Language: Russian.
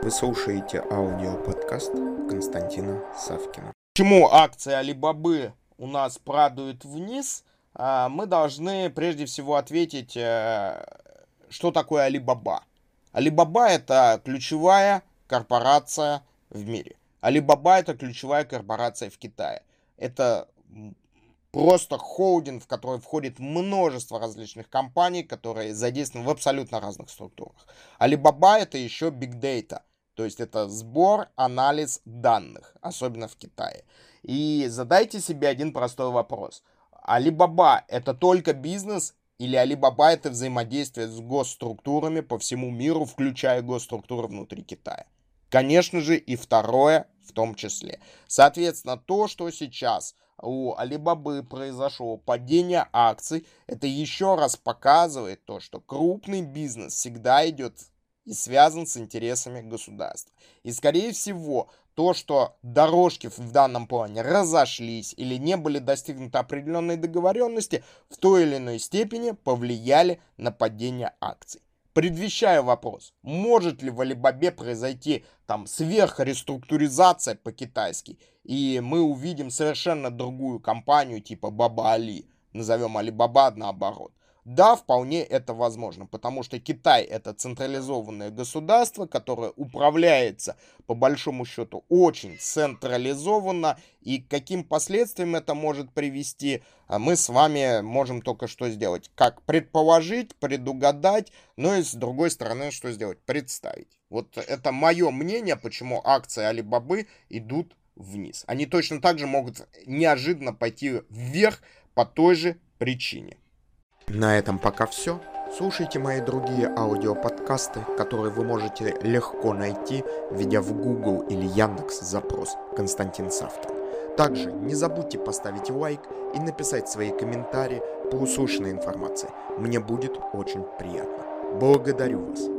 Вы слушаете аудиоподкаст Константина Савкина. Почему акции Алибабы у нас падают вниз? Мы должны прежде всего ответить, что такое Алибаба. Алибаба — это ключевая корпорация в мире. Алибаба — это ключевая корпорация в Китае. Это просто холдинг, в который входит множество различных компаний, которые задействованы в абсолютно разных структурах. Алибаба — это еще Big Data, то есть это сбор, анализ данных, особенно в Китае. И задайте себе один простой вопрос. Алибаба — это только бизнес или Алибаба — это взаимодействие с госструктурами по всему миру, включая госструктуры внутри Китая? Конечно же, и второе в том числе. Соответственно, то, что сейчас у Алибабы произошло падение акций, это еще раз показывает то, что крупный бизнес всегда идет и связан с интересами государства. И, скорее всего, то, что дорожки в данном плане разошлись или не были достигнуты определенной договоренности, в той или иной степени повлияли на падение акций. Предвещаю вопрос, может ли в Алибабе произойти сверхреструктуризация по-китайски, и мы увидим совершенно другую компанию типа Баба Али, назовем Алибаба наоборот. Да, вполне это возможно, потому что Китай — это централизованное государство, которое управляется, по большому счету, очень централизованно, и к каким последствиям это может привести, мы с вами можем только что сделать. Как предположить, предугадать, но и с другой стороны, что сделать? Представить. Вот это мое мнение, почему акции Алибабы идут вниз. Они точно так же могут неожиданно пойти вверх по той же причине. На этом пока все. Слушайте мои другие аудиоподкасты, которые вы можете легко найти, введя в Google или Яндекс запрос «Константин Савкин». Также не забудьте поставить лайк и написать свои комментарии по услышанной информации. Мне будет очень приятно. Благодарю вас.